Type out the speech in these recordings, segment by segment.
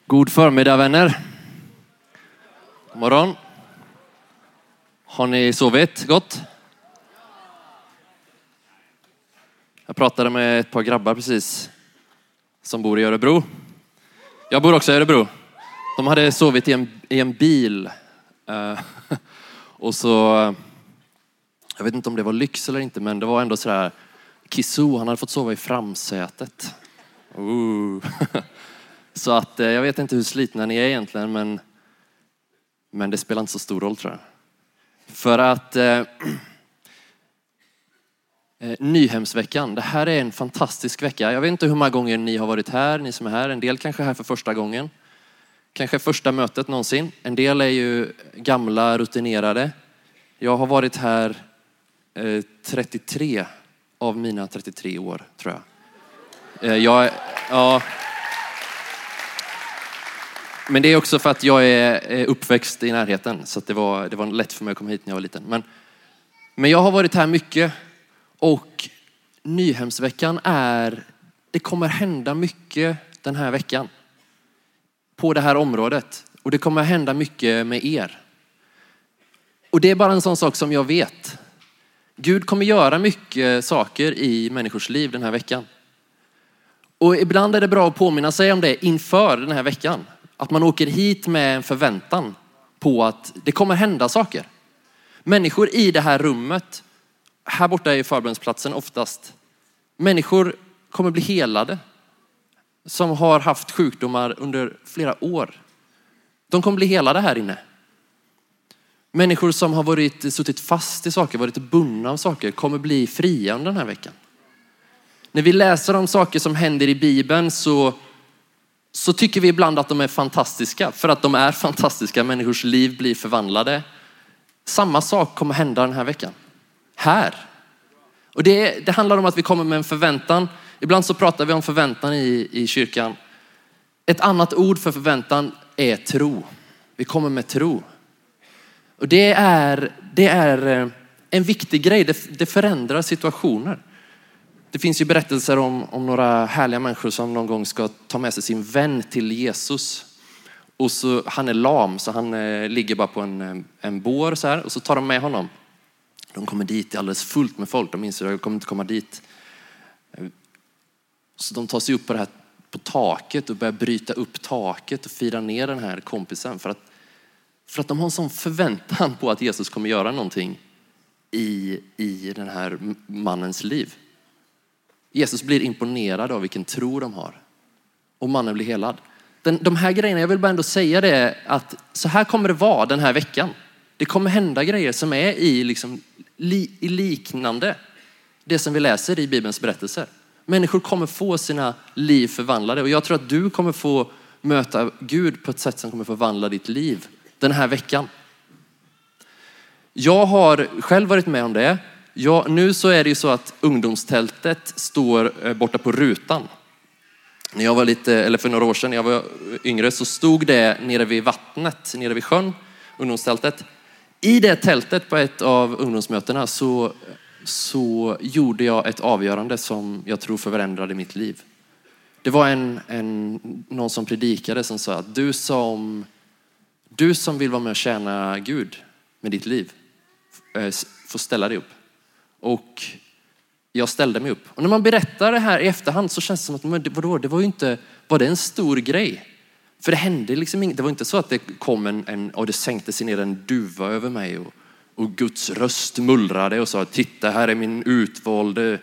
God förmiddag vänner. God morgon. Har ni sovit gott? Jag pratade med ett par grabbar precis som bor i Örebro. Jag bor också i Örebro. De hade sovit i en bil. Och så, jag vet inte om det var lyx eller inte, men det var ändå sådär, Kisu, han hade fått sova i framsätet. Så att jag vet inte hur slitna ni är egentligen, men det spelar inte så stor roll tror jag. För att Nyhemsveckan, det här är en fantastisk vecka. Jag vet inte hur många gånger ni har varit här, ni som är här. En del kanske är här för första gången. Kanske första mötet någonsin. En del är ju gamla, rutinerade. Jag har varit här 33 av mina 33 år, tror jag. Men det är också för att jag är uppväxt i närheten. Så att det var lätt för mig att komma hit när jag var liten. Men jag har varit här mycket. Och Nyhemsveckan det kommer hända mycket den här veckan. På det här området. Och det kommer hända mycket med er. Och det är bara en sån sak som jag vet. Gud kommer göra mycket saker i människors liv den här veckan. Och ibland är det bra att påminna sig om det inför den här veckan. Att man åker hit med en förväntan på att det kommer hända saker. Människor i det här rummet, här borta är förbönsplatsen oftast. Människor kommer bli helade. Som har haft sjukdomar under flera år. De kommer bli helade här inne. Människor som har suttit fast i saker, varit bundna av saker, kommer bli fria under den här veckan. När vi läser om saker som händer i Bibeln så tycker vi ibland att de är fantastiska. För att de är fantastiska. Människors liv blir förvandlade. Samma sak kommer hända den här veckan. Här. Och det handlar om att vi kommer med en förväntan. Ibland så pratar vi om förväntan i kyrkan. Ett annat ord för förväntan är tro. Vi kommer med tro. Och det är en viktig grej. Det förändrar situationer. Det finns ju berättelser om några härliga människor som någon gång ska ta med sig sin vän till Jesus. Och så, han är lam så han ligger bara på en bår så här. Och så tar de med honom. De kommer dit, det är alldeles fullt med folk. De inser att de kommer inte komma dit. Så de tar sig upp på taket och börjar bryta upp taket och fira ner den här kompisen. För att de har en sån förväntan på att Jesus kommer göra någonting i den här mannens liv. Jesus blir imponerad av vilken tro de har. Och mannen blir helad. De här grejerna, jag vill bara ändå säga det att så här kommer det vara den här veckan. Det kommer hända grejer som är i liknande det som vi läser i Bibelns berättelser. Människor kommer få sina liv förvandlade. Och jag tror att du kommer få möta Gud på ett sätt som kommer förvandla ditt liv den här veckan. Jag har själv varit med om det. Nu så är det ju så att ungdomstältet står borta på rutan. När jag var för några år sedan när jag var yngre så stod det nere vid vattnet, nere vid sjön, ungdomstältet. I det tältet på ett av ungdomsmötena så gjorde jag ett avgörande som jag tror förändrade mitt liv. Det var någon som predikade som sa att du som vill vara med och tjäna Gud med ditt liv får ställa dig upp. Och jag ställde mig upp. Och när man berättar det här i efterhand så känns det som att det var ju inte, var det en stor grej? För det hände liksom inget. Det var inte så att det kom och det sänkte sig ner en duva över mig och Guds röst mullrade och sa titta här är min utvalde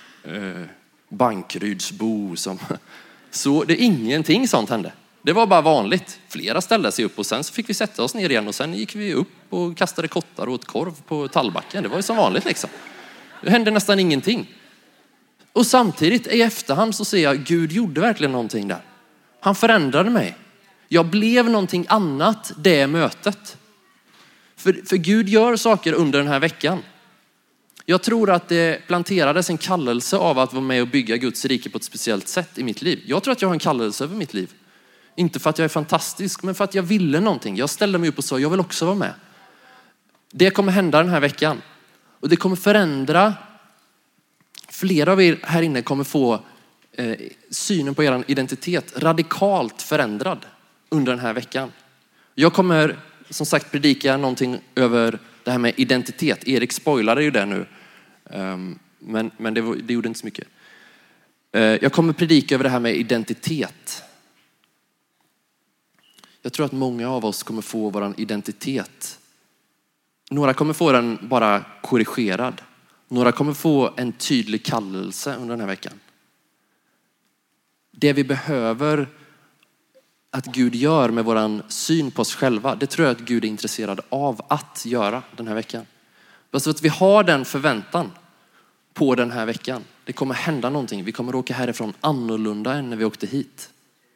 Bankrydsbo som så det ingenting sånt hände. Det var bara vanligt. Flera ställde sig upp och sen så fick vi sätta oss ner igen och sen gick vi upp och kastade kottar och åt korv på tallbacken. Det var ju som vanligt liksom. Det hände nästan ingenting. Och samtidigt i efterhand så ser jag Gud gjorde verkligen någonting där. Han förändrade mig. Jag blev någonting annat det mötet. För Gud gör saker under den här veckan. Jag tror att det planterades en kallelse av att vara med och bygga Guds rike på ett speciellt sätt i mitt liv. Jag tror att jag har en kallelse över mitt liv. Inte för att jag är fantastisk, men för att jag ville någonting. Jag ställde mig upp och sa, jag vill också vara med. Det kommer hända den här veckan. Och det kommer förändra. Flera av er här inne kommer få synen på er identitet radikalt förändrad. under den här veckan. Jag kommer som sagt predika någonting över det här med identitet. Erik spoilade ju det nu. Men det gjorde inte så mycket. Jag kommer predika över det här med identitet. Jag tror att många av oss kommer få vår identitet. Några kommer få den bara korrigerad. Några kommer få en tydlig kallelse under den här veckan. Det vi behöver att Gud gör med våran syn på oss själva, det tror jag att Gud är intresserad av att göra den här veckan. Så att vi har den förväntan på den här veckan. Det kommer hända någonting. Vi kommer åka härifrån annorlunda än när vi åkte hit.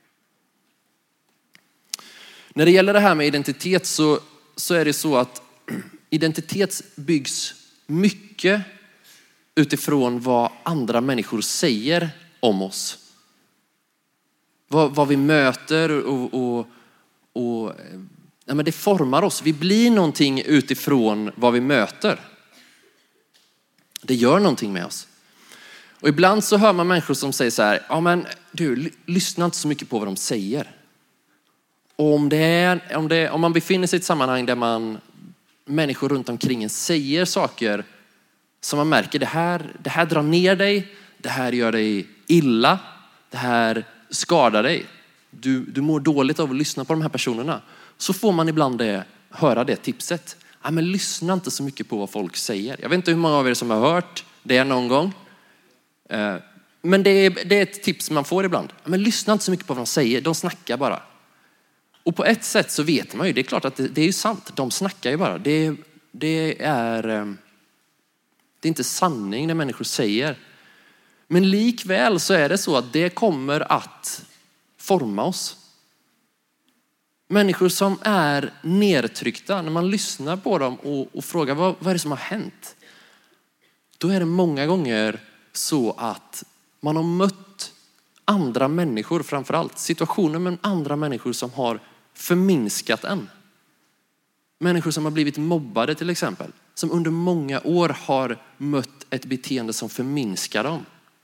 När det gäller det här med identitet så är det så att identitet byggs mycket utifrån vad andra människor säger om oss. Vad vi möter och men det formar oss. Vi blir någonting utifrån vad vi möter. Det gör någonting med oss. Och ibland så hör man människor som säger så här, ja men du, lyssna inte så mycket på vad de säger. Och om man befinner sig i ett sammanhang där människor runt omkring en säger saker som man märker, det här drar ner dig, det här gör dig illa, det här skadar dig. Du mår dåligt av att lyssna på de här personerna. Så får man ibland höra det tipset. Ja, men lyssna inte så mycket på vad folk säger. Jag vet inte hur många av er som har hört det någon gång. Men det är ett tips man får ibland. Ja, men lyssna inte så mycket på vad de säger. De snackar bara. Och på ett sätt så vet man ju, det är klart att det är ju sant. De snackar ju bara. Det är inte sanning när människor säger. Men likväl så är det så att det kommer att forma oss. Människor som är nedtryckta, när man lyssnar på dem och frågar vad är det som har hänt? Då är det många gånger så att man har mött andra människor, framförallt situationer med andra människor som har förminskat en. Människor som har blivit mobbade till exempel, som under många år har mött ett beteende som förminskar dem.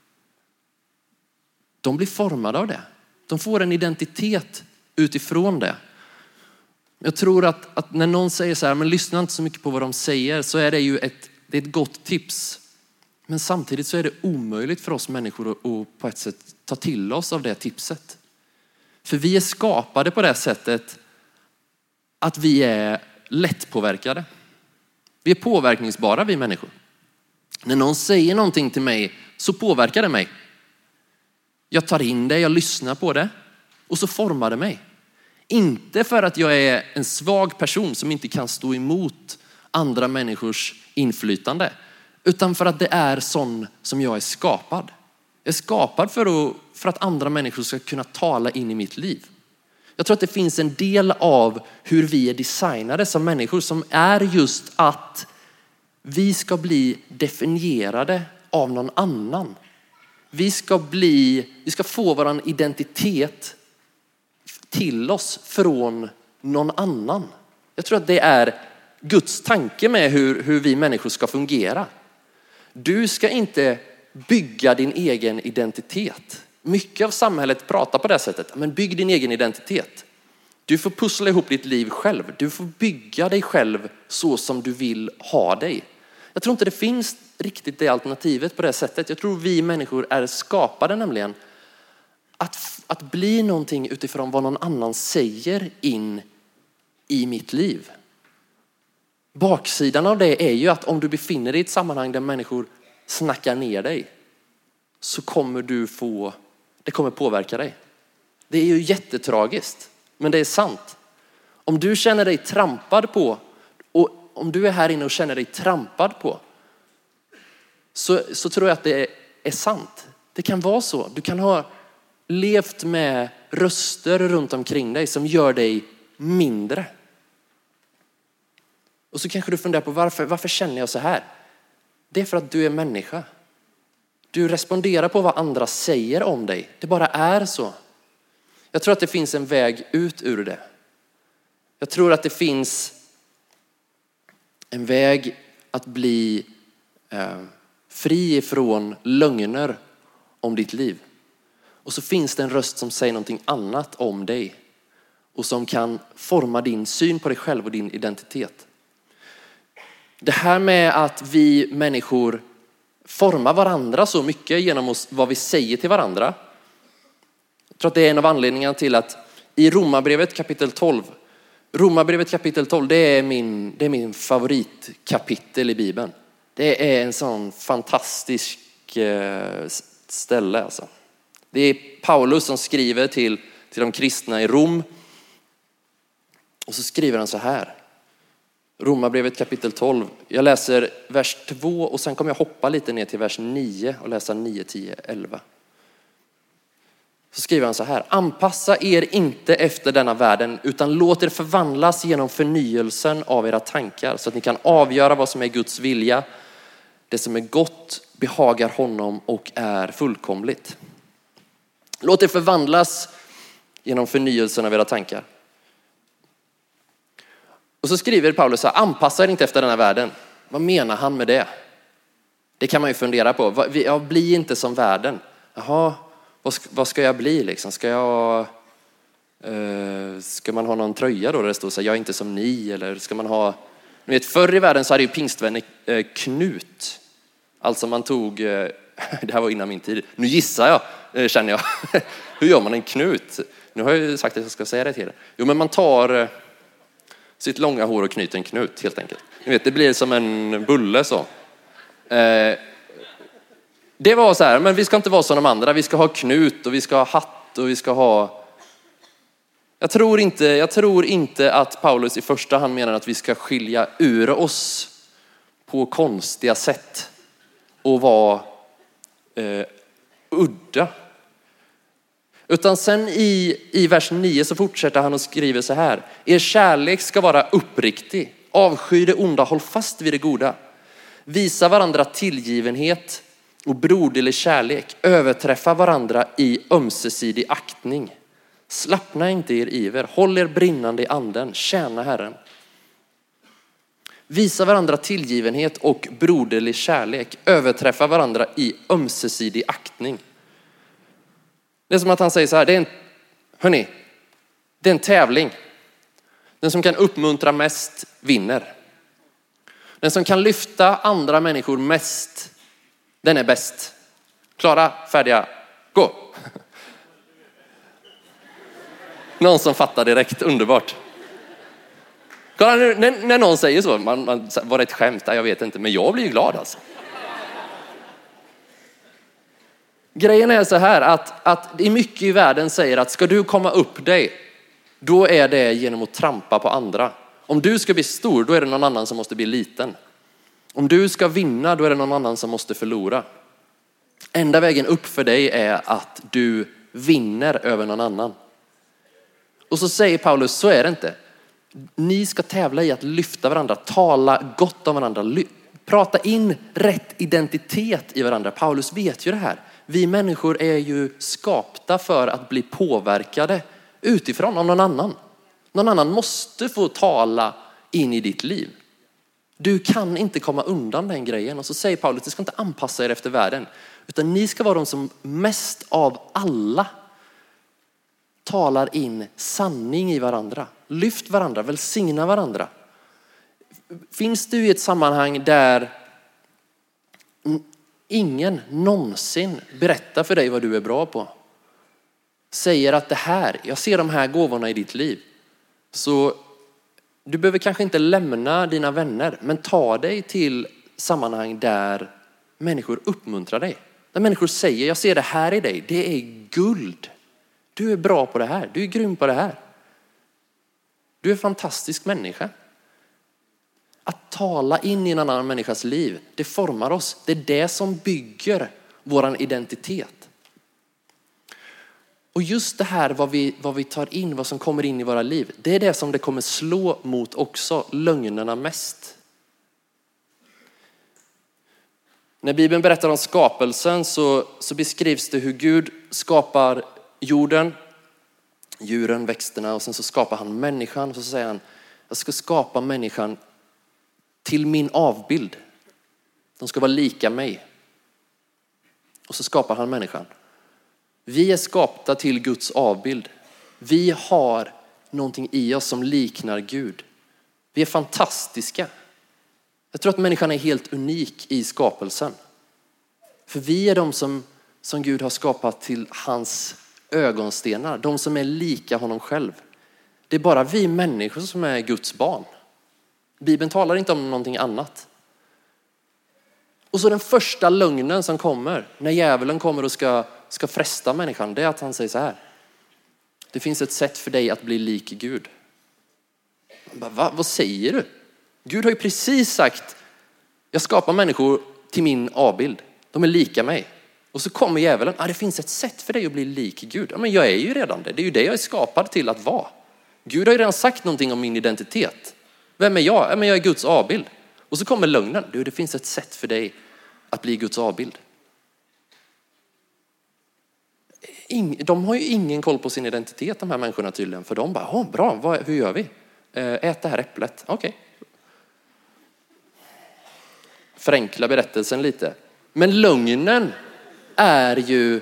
De blir formade av det. De får en identitet utifrån det. Jag tror att när någon säger så här, men lyssna inte så mycket på vad de säger, så är det ju ett gott tips. Men samtidigt så är det omöjligt för oss människor att på ett sätt ta till oss av det tipset. För vi är skapade på det sättet att vi är lättpåverkade. Vi är påverkningsbara, vi människor. När någon säger någonting till mig så påverkar det mig. Jag tar in det, jag lyssnar på det och så formar det mig. Inte för att jag är en svag person som inte kan stå emot andra människors inflytande, utan för att det är sån som jag är skapad. Jag är skapad för att andra människor ska kunna tala in i mitt liv. Jag tror att det finns en del av hur vi är designade som människor som är just att vi ska bli definierade av någon annan. Vi ska få vår identitet till oss från någon annan. Jag tror att det är Guds tanke med hur vi människor ska fungera. Du ska inte bygga din egen identitet. Mycket av samhället pratar på det sättet. Men bygg din egen identitet. Du får pussla ihop ditt liv själv. Du får bygga dig själv så som du vill ha dig. Jag tror inte det finns riktigt det alternativet på det sättet. Jag tror vi människor är skapade nämligen att bli någonting utifrån vad någon annan säger in i mitt liv. Baksidan av det är ju att om du befinner dig i ett sammanhang där människor snackar ner dig, så kommer det kommer påverka dig. Det är ju jättetragiskt, men det är sant. Om du känner dig trampad på, och om du är här inne och känner dig trampad på, så tror jag att det är sant. Det kan vara så. Du kan ha levt med röster runt omkring dig som gör dig mindre. Och så kanske du funderar på varför känner jag så här? Det är för att du är människa. Du responderar på vad andra säger om dig. Det bara är så. Jag tror att det finns en väg ut ur det. Jag tror att det finns en väg att bli fri ifrån lögner om ditt liv. Och så finns det en röst som säger någonting annat om dig. och som kan forma din syn på dig själv och din identitet. Det här med att vi människor formar varandra så mycket genom vad vi säger till varandra. Jag tror att det är en av anledningarna till att i Romarbrevet kapitel 12, det är min favoritkapitel i Bibeln. Det är en sån fantastisk ställe alltså. Det är Paulus som skriver till de kristna i Rom. Och så skriver han så här. Romarbrevet kapitel 12. Jag läser vers 2 och sen kommer jag hoppa lite ner till vers 9 och läsa 9, 10, 11. Så skriver han så här. Anpassa er inte efter denna världen utan låt er förvandlas genom förnyelsen av era tankar så att ni kan avgöra vad som är Guds vilja. Det som är gott behagar honom och är fullkomligt. Låt er förvandlas genom förnyelsen av era tankar. Och så skriver Paulus så här, anpassa er inte efter den här världen. Vad menar han med det? Det kan man ju fundera på. Bli inte som världen. Jaha, vad ska jag bli liksom? Ska man ha någon tröja då där det står så här, jag är inte som ni? Eller ska man ha... Ni vet, förr i världen så hade ju pingstvänner knut. Alltså man tog... Det här var innan min tid. Nu gissar jag, känner jag. Hur gör man en knut? Nu har jag ju sagt att jag ska säga det till er. Jo, men man tar sitt långa hår och knyter en knut helt enkelt. Ni vet, det blir som en bulle så. Det var så här, men vi ska inte vara som de andra. Vi ska ha knut och vi ska ha hatt och vi ska ha... Jag tror inte att Paulus i första hand menar att vi ska skilja ur oss på konstiga sätt och vara udda. Utan sen i vers 9 så fortsätter han och skriver så här. Er kärlek ska vara uppriktig. Avsky det onda, håll fast vid det goda. Visa varandra tillgivenhet och broderlig kärlek. Överträffa varandra i ömsesidig aktning. Slappna inte i er iver. Håll er brinnande i anden. Tjäna Herren. Visa varandra tillgivenhet och broderlig kärlek. Överträffa varandra i ömsesidig aktning. Det är som att han säger så här. Det är en tävling. Den som kan uppmuntra mest vinner. Den som kan lyfta andra människor mest, den är bäst. Klara, färdiga, gå. Någon som fattar direkt, underbart. Kolla nu, när någon säger så, var det ett skämt? Jag vet inte, men jag blir ju glad alltså. Grejen är så här att det är mycket i världen säger att ska du komma upp dig, då är det genom att trampa på andra. Om du ska bli stor, då är det någon annan som måste bli liten. Om du ska vinna, då är det någon annan som måste förlora. Enda vägen upp för dig är att du vinner över någon annan. Och så säger Paulus, så är det inte. Ni ska tävla i att lyfta varandra, tala gott om varandra, prata in rätt identitet i varandra. Paulus vet ju det här. Vi människor är ju skapta för att bli påverkade utifrån av någon annan. Någon annan måste få tala in i ditt liv. Du kan inte komma undan den grejen. Och så säger Paulus, du ska inte anpassa er efter världen. Utan ni ska vara de som mest av alla talar in sanning i varandra. Lyft varandra, välsigna varandra. Finns du i ett sammanhang där ingen någonsin berättar för dig vad du är bra på? Säger att det här, jag ser de här gåvorna i ditt liv. Så du behöver kanske inte lämna dina vänner, men ta dig till sammanhang där människor uppmuntrar dig. Där människor säger, jag ser det här i dig, det är guld. Du är bra på det här, du är grym på det här. Du är en fantastisk människa. Att tala in i en annan människas liv, det formar oss. Det är det som bygger våran identitet. Och just det här vad vi tar in, vad som kommer in i våra liv, det är det som det kommer slå mot också, lögnerna mest. När Bibeln berättar om skapelsen så beskrivs det hur Gud skapar jorden, djuren, växterna och sen så skapar han människan. Och så säger han, jag ska skapa människan till min avbild. De ska vara lika mig. Och så skapar han människan. Vi är skapta till Guds avbild. Vi har någonting i oss som liknar Gud. Vi är fantastiska. Jag tror att människan är helt unik i skapelsen. För vi är de som Gud har skapat till hans ögonstenar. De som är lika honom själv. Det är bara vi människor som är Guds barn. Bibeln talar inte om någonting annat. Och så den första lögnen som kommer, när djävulen kommer och ska fresta människan, det är att han säger så här: det finns ett sätt för dig att bli lik Gud. Bara, vad säger du? Gud har ju precis sagt, jag skapar människor till min avbild. De är lika mig. Och så kommer djävulen, det finns ett sätt för dig att bli lik Gud. Ja, men jag är ju redan det. Det är ju det jag är skapad till att vara. Gud har ju redan sagt någonting om min identitet. Vem är jag? Ja, men jag är Guds avbild. Och så kommer lögnen. Det finns ett sätt för dig att bli Guds avbild. De har ju ingen koll på sin identitet, de här människorna tydligen. För de bara, bra, hur gör vi? Ät det här äpplet. Okej. Förenkla berättelsen lite. Men lögnen är ju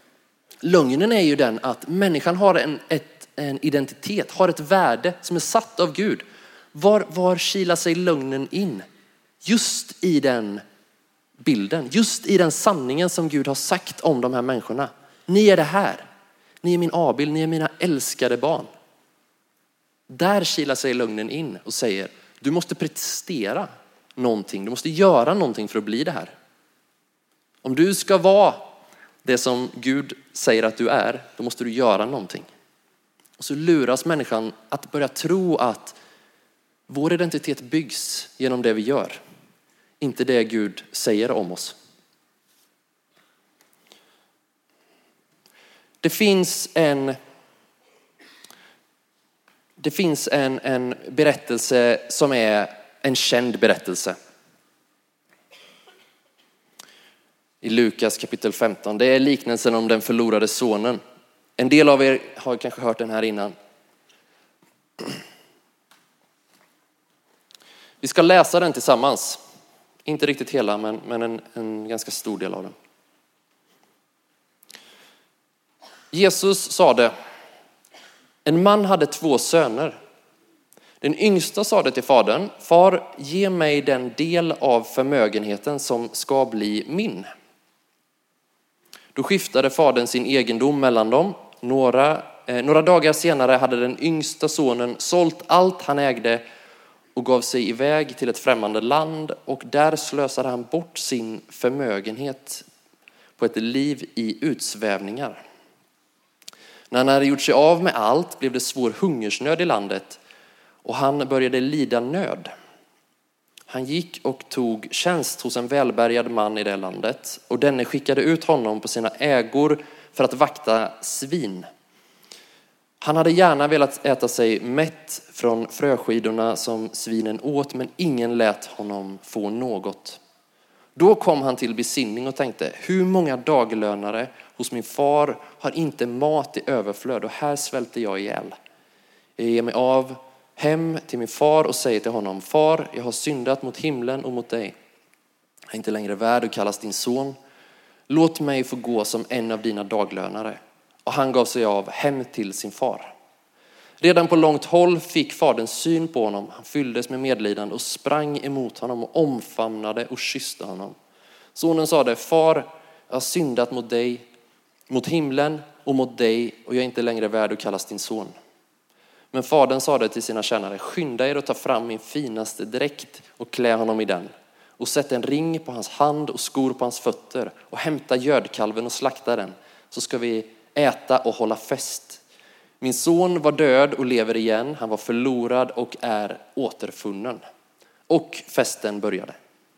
den att människan har en identitet, har ett värde som är satt av Gud. Var kilar sig lögnen in? Just i den bilden, just i den sanningen som Gud har sagt om de här människorna. Ni är det här. Ni är min avbild, ni är mina älskade barn. Där kilar sig lögnen in och säger, du måste prestera någonting. Du måste göra någonting för att bli det här. Om du ska vara det som Gud säger att du är, då måste du göra någonting. Och så luras människan att börja tro att vår identitet byggs genom det vi gör. Inte det Gud säger om oss. Det finns en berättelse som är en känd berättelse. I Lukas kapitel 15. Det är liknelsen om den förlorade sonen. En del av er har kanske hört den här innan. Vi ska läsa den tillsammans. Inte riktigt hela, men en ganska stor del av den. Jesus sade, en man hade 2 söner. Den yngsta sade till fadern, far, ge mig den del av förmögenheten som ska bli min. Då skiftade fadern sin egendom mellan dem. Några dagar senare hade den yngsta sonen sålt allt han ägde och gav sig iväg till ett främmande land, och där slösade han bort sin förmögenhet på ett liv i utsvävningar. När han hade gjort sig av med allt blev det svår hungersnöd i landet och han började lida nöd. Han gick och tog tjänst hos en välbärgad man i det landet, och denne skickade ut honom på sina ägor för att vakta svin. Han hade gärna velat äta sig mätt från fröskidorna som svinen åt, men ingen lät honom få något. Då kom han till besinning och tänkte, hur många daglönare hos min far har inte mat i överflöd, och här svälter jag ihjäl. Jag ger mig av hem till min far och säger till honom, far, jag har syndat mot himlen och mot dig. Jag är inte längre värd att kallas din son. Låt mig få gå som en av dina daglönare. Och han gav sig av hem till sin far. Redan på långt håll fick fadern syn på honom. Han fylldes med medlidande och sprang emot honom och omfamnade och kysste honom. Sonen sade, far, jag har syndat mot dig, mot himlen och mot dig, och jag är inte längre värd att kallas din son. Men fadern sade till sina tjänare, skynda er och ta fram min finaste dräkt och klä honom i den. Och sätt en ring på hans hand och skor på hans fötter och hämta gödkalven och slakta den. Så ska vi äta och hålla fest. Min son var död och lever igen. Han var förlorad och är återfunnen. Och festen började.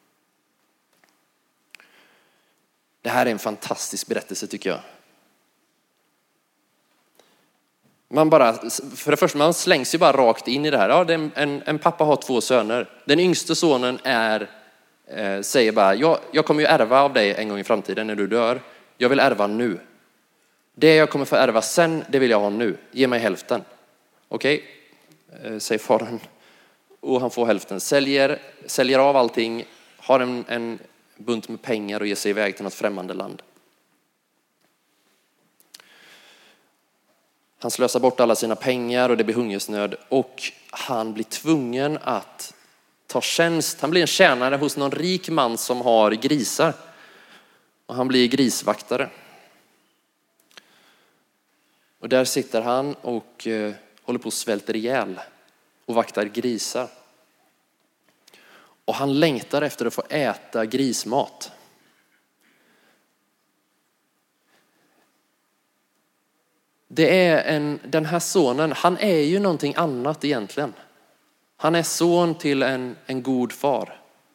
Det här är en fantastisk berättelse tycker jag. För det första, man slängs ju bara rakt in i det här. Ja, en pappa har 2 söner. Den yngste sonen säger bara, jag kommer ju ärva av dig en gång i framtiden när du dör. Jag vill ärva nu. Det jag kommer få ärva sen, det vill jag ha nu. Ge mig hälften. Okej, säger fadern. Och han får hälften. Säljer av allting. Har en bunt med pengar och ger sig iväg till något främmande land. Han slösar bort alla sina pengar och det blir hungersnöd. Och han blir tvungen att ta tjänst. Han blir en tjänare hos någon rik man som har grisar. Och han blir grisvaktare. Och där sitter han och håller på att svälta ihjäl och vaktar grisar. Och han längtar efter att få äta grismat. Den här sonen, han är ju någonting annat egentligen. Han är son till en god far.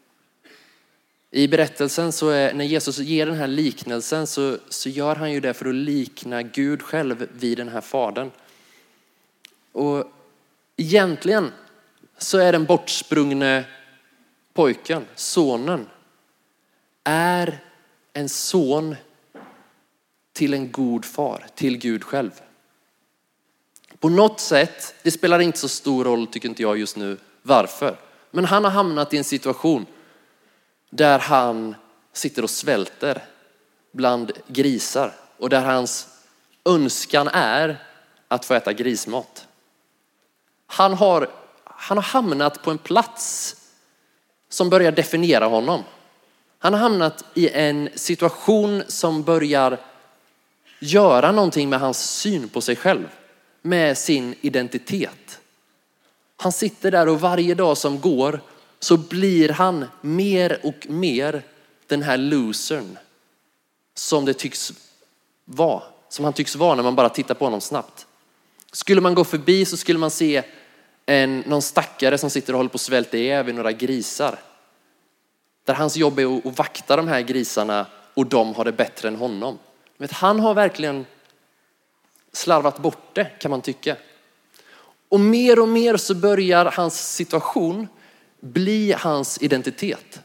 I berättelsen så när Jesus ger den här liknelsen så gör han ju det för att likna Gud själv vid den här fadern. Och egentligen så är den bortsprungne pojken, sonen, är en son till en god far, till Gud själv. På något sätt, det spelar inte så stor roll tycker inte jag just nu varför. Men han har hamnat i en situation där han sitter och svälter bland grisar. Och där hans önskan är att få äta grismat. Han har hamnat på en plats som börjar definiera honom. Han har hamnat i en situation som börjar göra någonting med hans syn på sig själv. Med sin identitet. Han sitter där och varje dag som går så blir han mer och mer den här losern som det tycks vara. Som han tycks vara när man bara tittar på honom snabbt. Skulle man gå förbi så skulle man se någon stackare som sitter och håller på att svälta ihjäl vid några grisar. Där hans jobb är att vakta de här grisarna och de har det bättre än honom. Men han har verkligen slarvat bort det kan man tycka. Och mer så börjar hans situation bli hans identitet.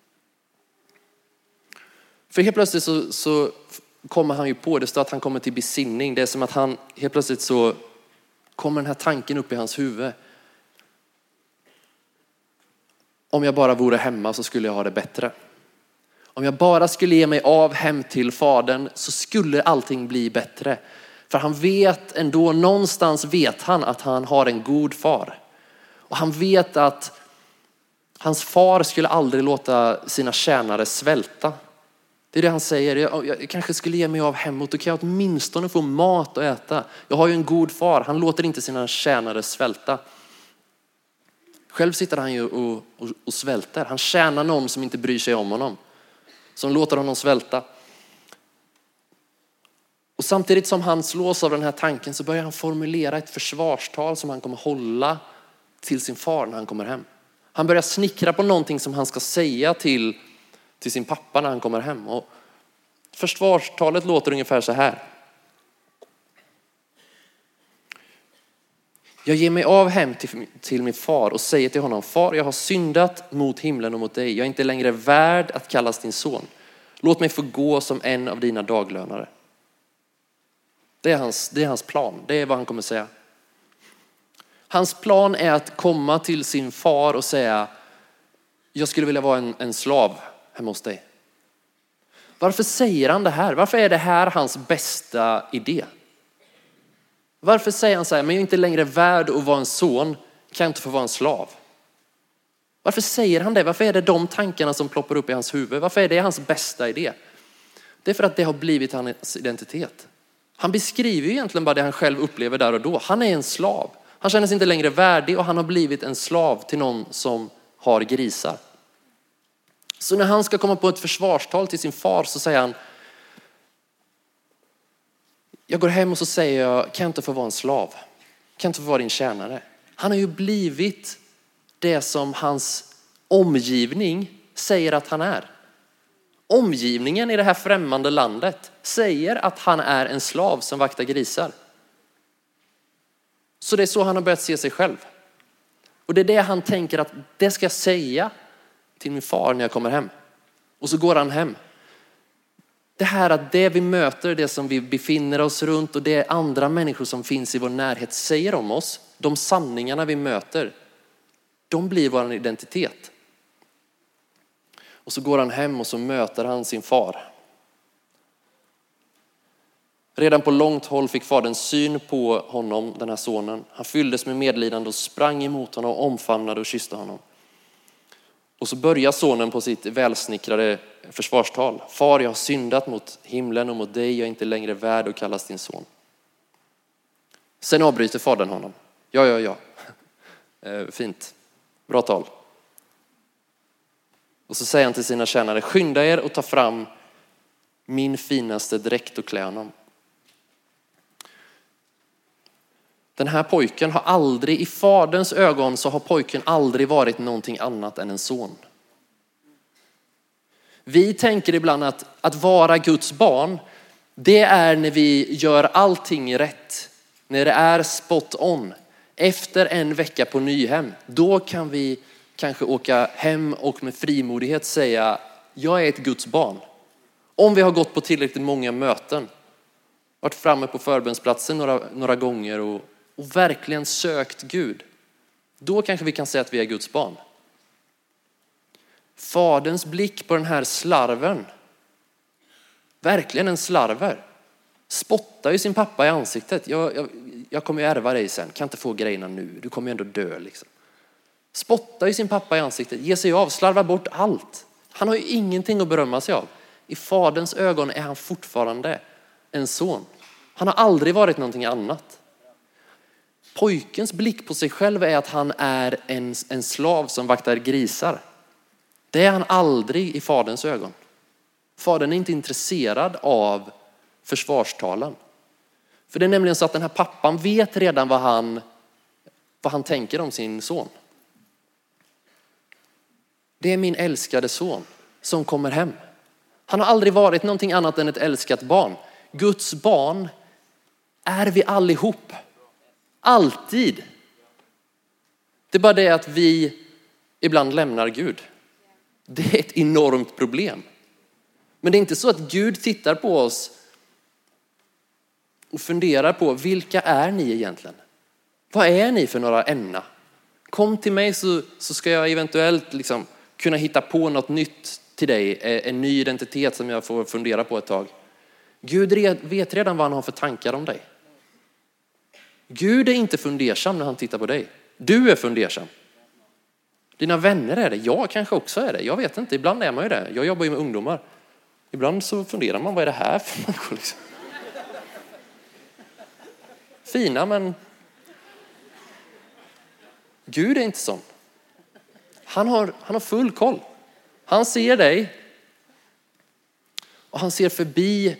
För helt plötsligt så kommer han ju på, det står att han kommer till besinning. Det är som att han helt plötsligt så kommer den här tanken upp i hans huvud. Om jag bara vore hemma så skulle jag ha det bättre. Om jag bara skulle ge mig av hem till fadern så skulle allting bli bättre. För han vet ändå, någonstans vet han att han har en god far. Och han vet att hans far skulle aldrig låta sina tjänare svälta. Det är det han säger. Jag kanske skulle ge mig av hemåt. Då kan jag åtminstone få mat att äta. Jag har ju en god far. Han låter inte sina tjänare svälta. Själv sitter han ju och svälter. Han tjänar någon som inte bryr sig om honom. Som låter honom svälta. Och samtidigt som han slås av den här tanken så börjar han formulera ett försvarstal som han kommer hålla till sin far när han kommer hem. Han börjar snickra på någonting som han ska säga till sin pappa när han kommer hem. Och försvarstalet låter ungefär så här. Jag ger mig av hem till min far och säger till honom: Far, jag har syndat mot himlen och mot dig. Jag är inte längre värd att kallas din son. Låt mig få gå som en av dina daglönare. Det är hans plan. Det är vad han kommer säga. Hans plan är att komma till sin far och säga: jag skulle vilja vara en slav hemma hos dig. Varför säger han det här? Varför är det här hans bästa idé? Varför säger han så här: men jag är inte längre värd att vara en son, kan jag inte få vara en slav? Varför säger han det? Varför är det de tankarna som ploppar upp i hans huvud? Varför är det hans bästa idé? Det är för att det har blivit hans identitet. Han beskriver ju egentligen bara det han själv upplever där och då. Han är en slav. Han känner sig inte längre värdig och han har blivit en slav till någon som har grisar. Så när han ska komma på ett försvarstal till sin far så säger han: jag går hem och så säger jag, kan jag inte få vara en slav? Kan jag inte få vara din tjänare? Han har ju blivit det som hans omgivning säger att han är. Omgivningen i det här främmande landet säger att han är en slav som vaktar grisar. Så det är så han har börjat se sig själv. Och det är det han tänker att det ska jag säga till min far när jag kommer hem. Och så går han hem. Det här att det vi möter, det som vi befinner oss runt och det andra människor som finns i vår närhet säger om oss, de sanningarna vi möter, de blir vår identitet. Och så går han hem och så möter han sin far. Redan på långt håll fick fadern syn på honom, den här sonen. Han fylldes med medlidande och sprang emot honom, omfamnade och kysste honom. Och så börjar sonen på sitt välsnickrade försvarstal. Far, jag har syndat mot himlen och mot dig. Jag är inte längre värd att kallas din son. Sen avbryter fadern honom. Ja. Fint. Bra tal. Och så säger han till sina tjänare, skynda er och ta fram min finaste dräkt och klä honom. Den här pojken har aldrig, i faderns ögon så har pojken aldrig varit någonting annat än en son. Vi tänker ibland att vara Guds barn, det är när vi gör allting rätt. När det är spot on. Efter en vecka på Nyhem, då kan vi kanske åka hem och med frimodighet säga, jag är ett Guds barn. Om vi har gått på tillräckligt många möten, varit framme på förbönsplatsen några gånger och verkligen sökt Gud, då kanske vi kan säga att vi är Guds barn. Faderns blick på den här slarven, verkligen en slarver, spottar ju sin pappa i ansiktet. Jag kommer ju ärva dig sen, kan inte få grejerna nu, du kommer ju ändå dö liksom. Spottar ju sin pappa i ansiktet, ger sig av, slarvar bort allt. Han har ju ingenting att berömma sig av. I faderns ögon är han fortfarande en son. Han har aldrig varit någonting annat. Pojkens blick på sig själv är att han är en slav som vaktar grisar. Det är han aldrig i faderns ögon. Fadern är inte intresserad av försvarstalen. För det är nämligen så att den här pappan vet redan vad han tänker om sin son. Det är min älskade son som kommer hem. Han har aldrig varit någonting annat än ett älskat barn. Guds barn är vi allihop. Alltid. Det är bara det att vi ibland lämnar Gud. Det är ett enormt problem. Men det är inte så att Gud tittar på oss och funderar på, vilka är ni egentligen? Vad är ni för några ämna? Kom till mig så ska jag eventuellt liksom kunna hitta på något nytt till dig. En ny identitet som jag får fundera på ett tag. Gud vet redan vad han har för tankar om dig. Gud är inte fundersam när han tittar på dig. Du är fundersam. Dina vänner är det. Jag kanske också är det. Jag vet inte. Ibland är man ju det. Jag jobbar ju med ungdomar. Ibland så funderar man, vad är det här för människor liksom? Fina, men Gud är inte sån. Han har full koll. Han ser dig och han ser förbi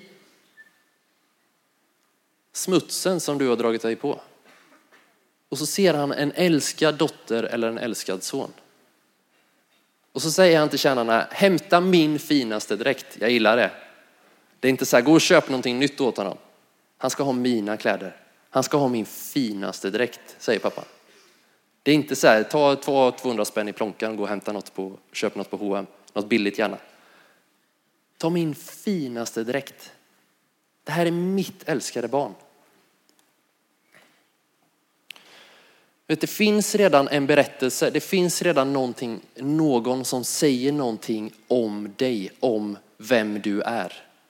smutsen som du har dragit dig på. Och så ser han en älskad dotter eller en älskad son. Och så säger han till tjänarna, hämta min finaste dräkt. Jag gillar det. Det är inte så här, gå och köp någonting nytt åt honom. Han ska ha mina kläder. Han ska ha min finaste dräkt, säger pappa. Det är inte så här, ta 200 spänn i plånkan, gå och hämta köp något på H&M. Något billigt gärna. Ta min finaste dräkt. Det här är mitt älskade barn. Det finns redan en berättelse. Det finns redan någon som säger någonting om dig, om vem du är.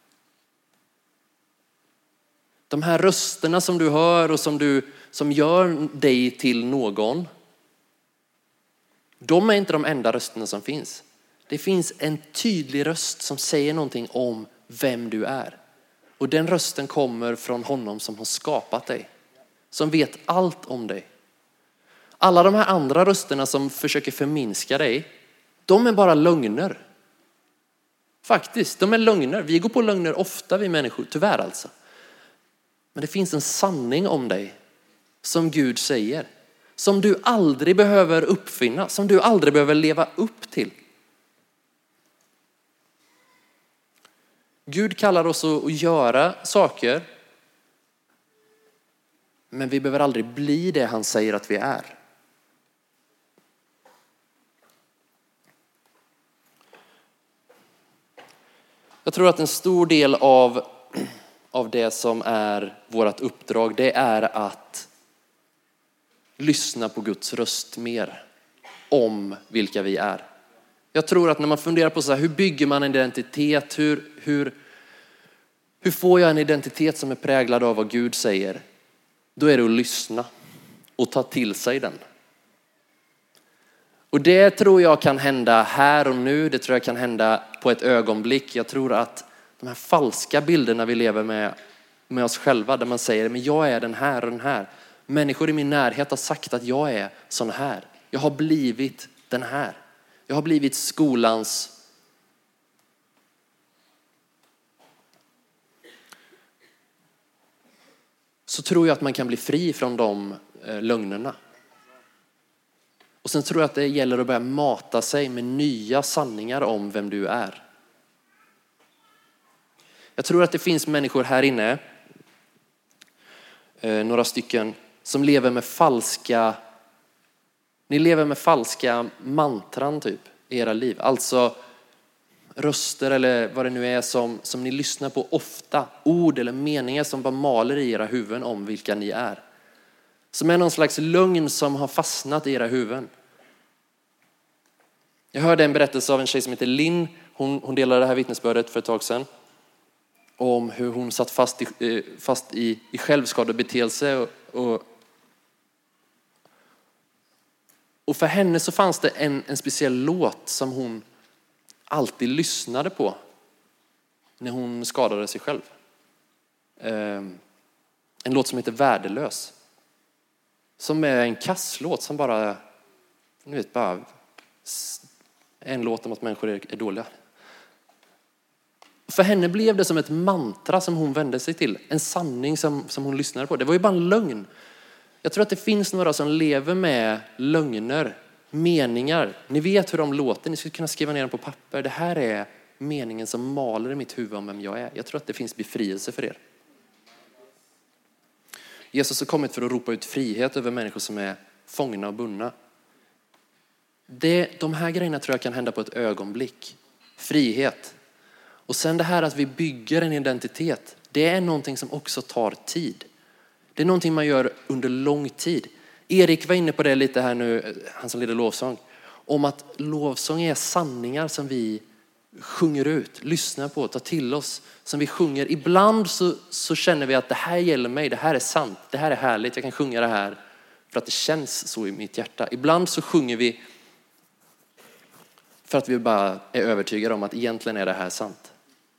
De här rösterna som du hör och som gör dig till någon, de är inte de enda rösterna som finns. Det finns en tydlig röst som säger någonting om vem du är. Och den rösten kommer från honom som har skapat dig. Som vet allt om dig. Alla de här andra rösterna som försöker förminska dig, de är bara lögner. Faktiskt, de är lögner. Vi går på lögner ofta, vi människor, tyvärr alltså. Men det finns en sanning om dig som Gud säger. Som du aldrig behöver uppfinna, som du aldrig behöver leva upp till. Gud kallar oss att göra saker, men vi behöver aldrig bli det han säger att vi är. Jag tror att en stor del av det som är vårt uppdrag, det är att lyssna på Guds röst mer om vilka vi är. Jag tror att när man funderar på så här, hur bygger man en identitet, hur Hur får jag en identitet som är präglad av vad Gud säger? Då är det att lyssna och ta till sig den. Och det tror jag kan hända här och nu. Det tror jag kan hända på ett ögonblick. Jag tror att de här falska bilderna vi lever med oss själva, där man säger, men jag är den här och den här. Människor i min närhet har sagt att jag är sån här. Jag har blivit den här. Jag har blivit skolans. Så tror jag att man kan bli fri från de lögnerna. Och sen tror jag att det gäller att börja mata sig med nya sanningar om vem du är. Jag tror att det finns människor här inne, några stycken, som lever med falska mantran typ i era liv. Alltså röster eller vad det nu är som ni lyssnar på ofta. Ord eller meningar som bara maler i era huvuden om vilka ni är. Som är någon slags lögn som har fastnat i era huvuden. Jag hörde en berättelse av en tjej som heter Linn. Hon delade det här vittnesbördet för ett tag sedan. Om hur hon satt fast i självskadebeteelse. Och för henne så fanns det en speciell låt som hon alltid lyssnade på när hon skadade sig själv. En låt som heter Värdelös. Som är en kasslåt som bara en låt om att människor är dåliga. För henne blev det som ett mantra som hon vände sig till. En sanning som hon lyssnade på. Det var ju bara en lögn. Jag tror att det finns några som lever med lögner, meningar. Ni vet hur de låter. Ni skulle kunna skriva ner dem på papper. Det här är meningen som maler i mitt huvud om vem jag är. Jag tror att det finns befrielse för er. Jesus har kommit för att ropa ut frihet över människor som är fångna och bundna. De här grejerna tror jag kan hända på ett ögonblick. Frihet. Och sen det här att vi bygger en identitet. Det är någonting som också tar tid. Det är någonting man gör under lång tid. Erik var inne på det lite här nu, han som leder lovsång. Om att lovsång är sanningar som vi sjunger ut, lyssnar på, tar till oss. Som vi sjunger. Ibland så känner vi att det här gäller mig, det här är sant, det här är härligt. Jag kan sjunga det här för att det känns så i mitt hjärta. Ibland så sjunger vi för att vi bara är övertygade om att egentligen är det här sant.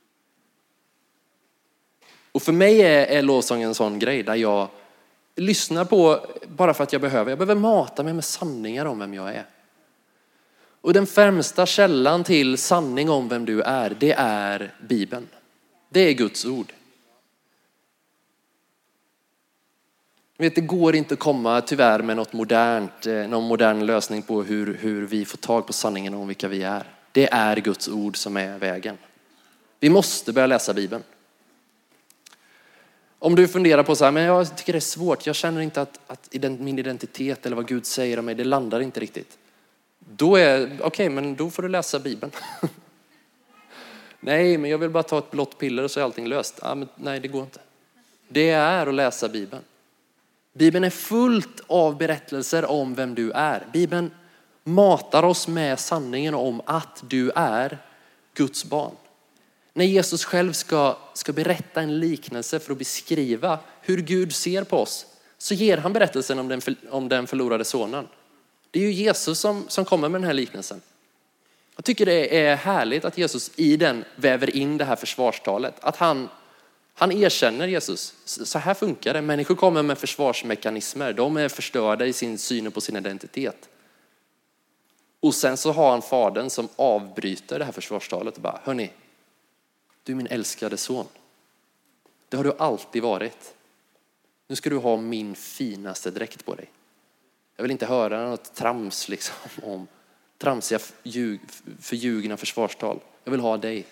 Och för mig är lovsång en sån grej där jag lyssnar på bara för att jag behöver mata mig med sanningar om vem jag är. Och den främsta källan till sanning om vem du är, det är Bibeln. Det är Guds ord. Det går inte att komma tyvärr med någon modern lösning på hur vi får tag på sanningen om vilka vi är. Det är Guds ord som är vägen. Vi måste börja läsa Bibeln. Om du funderar på så här, men jag tycker det är svårt. Jag känner inte att min identitet eller vad Gud säger om mig, det landar inte riktigt. Då är okej, men då får du läsa Bibeln. Nej, men jag vill bara ta ett blått piller och så är allting löst. Nej, det går inte. Det är att läsa Bibeln. Bibeln är fullt av berättelser om vem du är. Bibeln matar oss med sanningen om att du är Guds barn. När Jesus själv ska berätta en liknelse för att beskriva hur Gud ser på oss, så ger han berättelsen om den förlorade sonen. Det är ju Jesus som kommer med den här liknelsen. Jag tycker det är härligt att Jesus i den väver in det här försvarstalet. Att han erkänner Jesus. Så här funkar det. Människor kommer med försvarsmekanismer. De är förstörda i sin syn på sin identitet. Och sen så har han fadern som avbryter det här försvarstalet och bara, hörni, du är min älskade son. Det har du alltid varit. Nu ska du ha min finaste dräkt på dig. Jag vill inte höra något trams liksom om tramsiga förljugna försvarstal. Jag vill ha dig.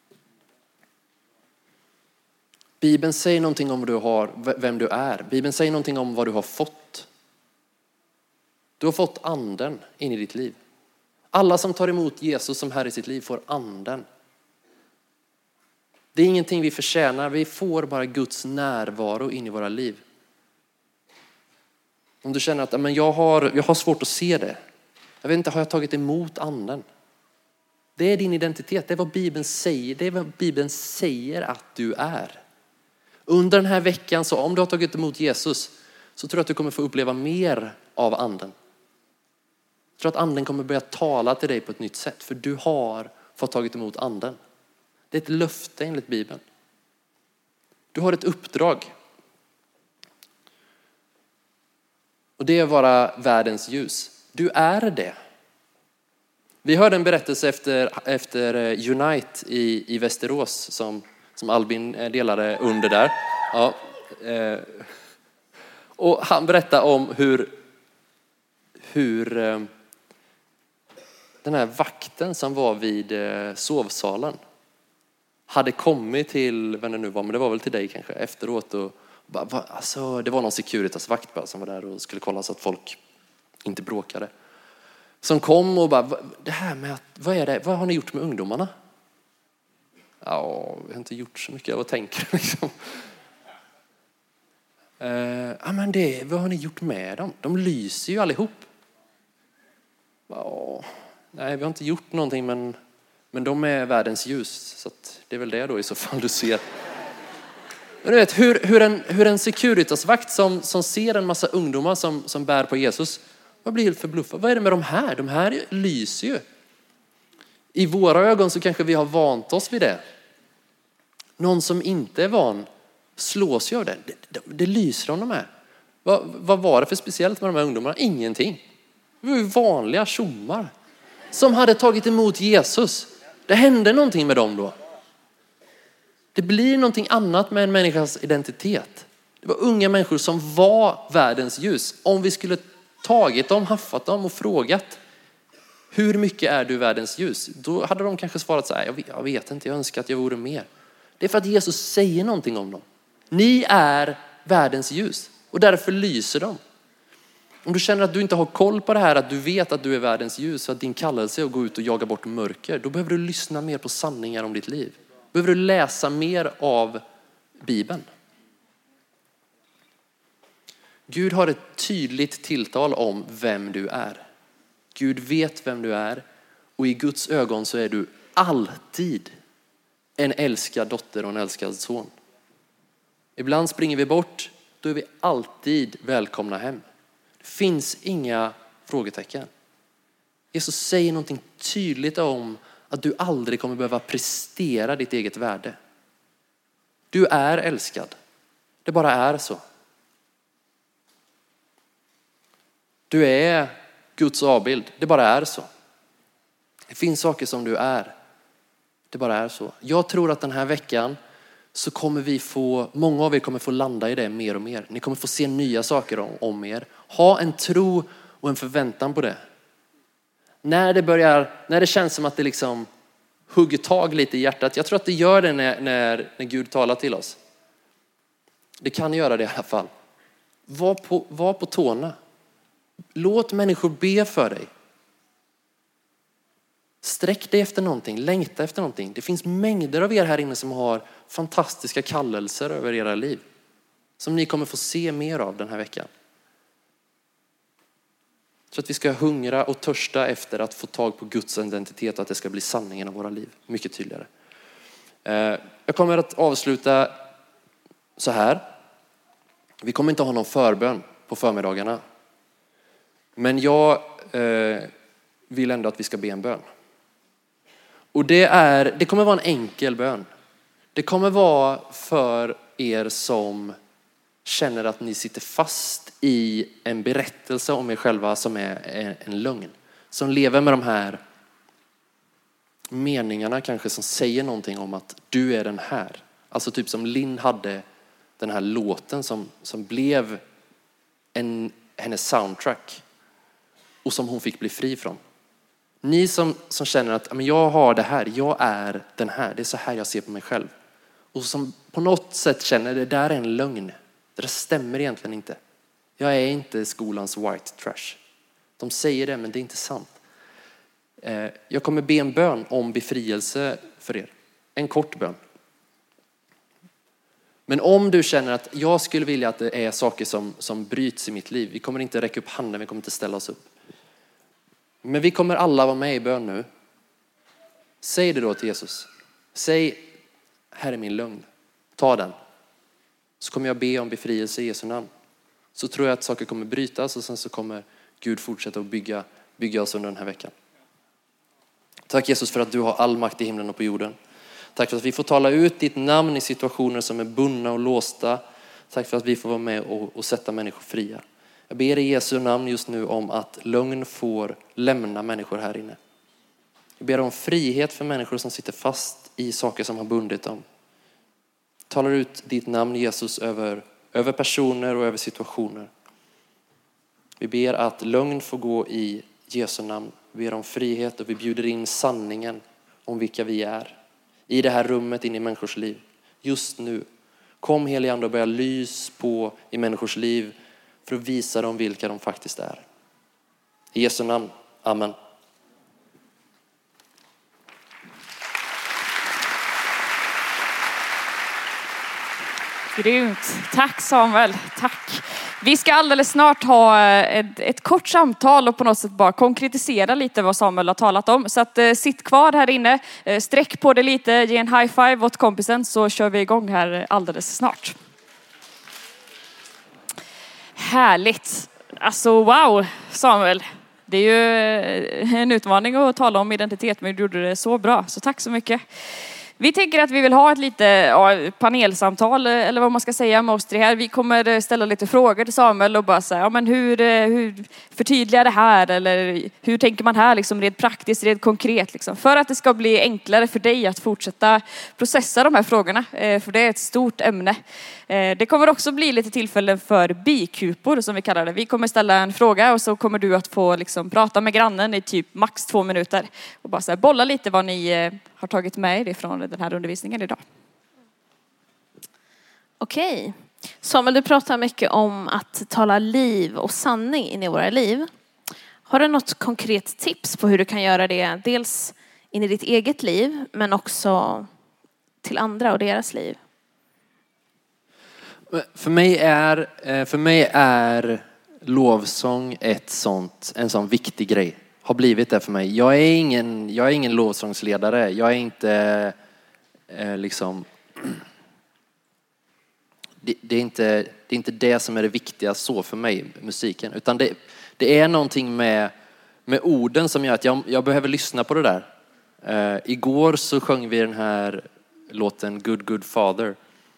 Bibeln säger någonting om vem du är. Bibeln säger någonting om vad du har fått. Du har fått anden in i ditt liv. Alla som tar emot Jesus som Herre i sitt liv får anden. Det är ingenting vi förtjänar. Vi får bara Guds närvaro in i våra liv. Om du känner att jag har svårt att se det. Jag vet inte, har jag tagit emot anden? Det är din identitet. Det är vad Bibeln säger. Det är vad Bibeln säger att du är. Under den här veckan, så om du har tagit emot Jesus, så tror jag att du kommer få uppleva mer av anden. Jag tror att anden kommer börja tala till dig på ett nytt sätt. För du har fått tagit emot anden. Det är ett löfte enligt Bibeln. Du har ett uppdrag. Och det är att vara världens ljus. Du är det. Vi hörde en berättelse efter Unite i Västerås som Albin delade under där. Ja. Och han berättade om hur den här vakten som var vid sovsalen hade kommit till, vem det nu var, men det var väl till dig kanske, efteråt. Och alltså, det var någon Securitas-vakt bara som var där och skulle kolla så att folk inte bråkade. Som kom och bara, det här med att, vad har ni gjort med ungdomarna? Ja, vi har inte gjort så mycket, jag tänker liksom. Men vad har ni gjort med dem? De lyser ju allihop. Ja, nej, vi har inte gjort någonting, men de är världens ljus. Så att det är väl det då i så fall du ser. Men du vet, hur en Securitas-vakt som ser en massa ungdomar som bär på Jesus, vad blir helt förbluffad? Vad är det med de här? De här lyser ju. I våra ögon så kanske vi har vant oss vid det. Någon som inte är van slås ju av det. Det lyser om de här. Vad var det för speciellt med de här ungdomarna? Ingenting. Det var ju vanliga tjommar som hade tagit emot Jesus. Det hände någonting med dem då. Det blir någonting annat med en människas identitet. Det var unga människor som var världens ljus. Om vi skulle tagit dem, haffat dem och frågat, hur mycket är du världens ljus? Då hade de kanske svarat så här, jag vet inte, jag önskar att jag vore mer. Det är för att Jesus säger någonting om dem. Ni är världens ljus och därför lyser de. Om du känner att du inte har koll på det här, att du vet att du är världens ljus och att din kallelse är att gå ut och jaga bort mörker, då behöver du lyssna mer på sanningar om ditt liv. Behöver du läsa mer av Bibeln. Gud har ett tydligt tilltal om vem du är. Gud vet vem du är och i Guds ögon så är du alltid en älskad dotter och en älskad son. Ibland springer vi bort, då är vi alltid välkomna hem. Det finns inga frågetecken. Jesus säger någonting tydligt om att du aldrig kommer behöva prestera ditt eget värde. Du är älskad. Det bara är så. Du är Guds avbild. Det bara är så. Det finns saker som du är. Det bara är så. Jag tror att den här veckan så kommer många av er kommer få landa i det mer och mer. Ni kommer få se nya saker om er. Ha en tro och en förväntan på det. När det känns som att det liksom hugger tag lite i hjärtat. Jag tror att det gör det när Gud talar till oss. Det kan göra det i alla fall. Var på tårna. Låt människor be för dig. Sträck dig efter någonting, längta efter någonting. Det finns mängder av er här inne som har fantastiska kallelser över era liv. Som ni kommer få se mer av den här veckan. Så att vi ska hungra och törsta efter att få tag på Guds identitet och att det ska bli sanningen av våra liv. Mycket tydligare. Jag kommer att avsluta så här. Vi kommer inte ha någon förbön på förmiddagarna. Men jag vill ändå att vi ska be en bön. Och det kommer vara en enkel bön. Det kommer vara för er som känner att ni sitter fast i en berättelse om er själva som är en lögn. Som lever med de här meningarna kanske som säger någonting om att du är den här. Alltså typ som Linn hade den här låten som blev hennes soundtrack. Och som hon fick bli fri från. Ni som känner att men jag har det här, jag är den här. Det är så här jag ser på mig själv. Och som på något sätt känner det där är en lögn. Det där stämmer egentligen inte. Jag är inte skolans white trash. De säger det men det är inte sant. Jag kommer be en bön om befrielse för er. En kort bön. Men om du känner att jag skulle vilja att det är saker som bryts i mitt liv. Vi kommer inte räcka upp handen, vi kommer inte ställa oss upp. Men vi kommer alla vara med i bön nu. Säg det då till Jesus. Säg, här är min lögn. Ta den. så kommer jag be om befrielse i Jesu namn. Så tror jag att saker kommer brytas och sen så kommer Gud fortsätta att bygga oss under den här veckan. Tack Jesus för att du har all makt i himlen och på jorden. Tack för att vi får tala ut ditt namn i situationer som är bundna och låsta. Tack för att vi får vara med och sätta människor fria. Jag ber i Jesu namn just nu om att lögn får lämna människor här inne. Jag ber om frihet för människor som sitter fast i saker som har bundit dem. Talar ut ditt namn Jesus över personer och över situationer. Vi ber att lögn får gå i Jesu namn. Vi ber om frihet och vi bjuder in sanningen om vilka vi är. I det här rummet in i människors liv. Just nu. Kom helige ande och börja lys på i människors liv för att visa dem vilka de faktiskt är. I Jesu namn. Amen. Grymt. Tack Samuel. Tack. Vi ska alldeles snart ha ett kort samtal och på något sätt bara konkretisera lite vad Samuel har talat om. Så att sitt kvar här inne, sträck på det lite, ge en high five åt kompisen så kör vi igång här alldeles snart. Härligt. Alltså wow Samuel. Det är ju en utmaning att tala om identitet men du gjorde det så bra. Så tack så mycket. Vi tänker att vi vill ha ett lite panelsamtal eller vad man ska säga med oss tre här. Vi kommer ställa lite frågor till Samuel och bara säga men hur förtydligar det här eller hur tänker man här liksom rent praktiskt, rent konkret liksom. För att det ska bli enklare för dig att fortsätta processa de här frågorna. För det är ett stort ämne. Det kommer också bli lite tillfällen för bikupor som vi kallar det. Vi kommer ställa en fråga och så kommer du att få liksom prata med grannen i typ max 2 minuter. Och bara så här, bolla lite vad ni har tagit med er från den här undervisningen idag. Okej. Samuel, du pratar mycket om att tala liv och sanning in i våra liv. Har du något konkret tips på hur du kan göra det? Dels in i ditt eget liv men också till andra och deras liv. För mig är lovsång en sån viktig grej. Har blivit det för mig. Jag är ingen lovsångsledare. Jag är inte liksom det är inte det som är det viktiga så för mig, musiken. Utan det är någonting med orden som gör att jag behöver lyssna på det där. Igår så sjöng vi den här låten Good Good Father.